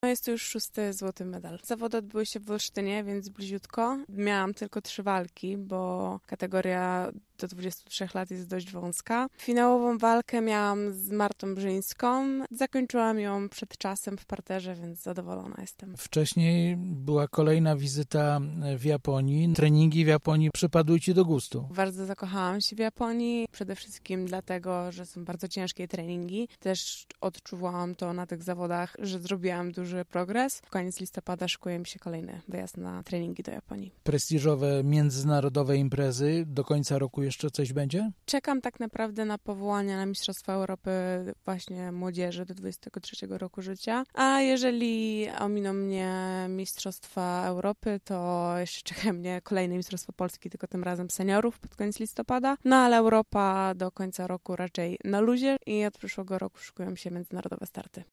No jest to już 6. złoty medal. Zawody odbyły się w Olsztynie, więc bliziutko. Miałam tylko 3 walki, bo kategoria do 23 lat jest dość wąska. Finałową walkę miałam z Martą Brzyńską. Zakończyłam ją przed czasem w parterze, więc zadowolona jestem. Wcześniej była kolejna wizyta w Japonii. Treningi w Japonii przypadły Ci do gustu. Bardzo zakochałam się w Japonii, przede wszystkim dlatego, że są bardzo ciężkie treningi. Też odczuwałam to na tych zawodach, że zrobiłam duży progres. W koniec listopada szykuje mi się kolejny wyjazd na treningi do Japonii. Prestiżowe, międzynarodowe imprezy. Do końca roku jeszcze coś będzie? Czekam tak naprawdę na powołanie na Mistrzostwa Europy właśnie młodzieży do 23 roku życia. A jeżeli ominą mnie Mistrzostwa Europy, to jeszcze czeka mnie kolejne Mistrzostwo Polski, tylko tym razem seniorów pod koniec listopada. No ale Europa do końca roku raczej na luzie i od przyszłego roku szykują się międzynarodowe starty.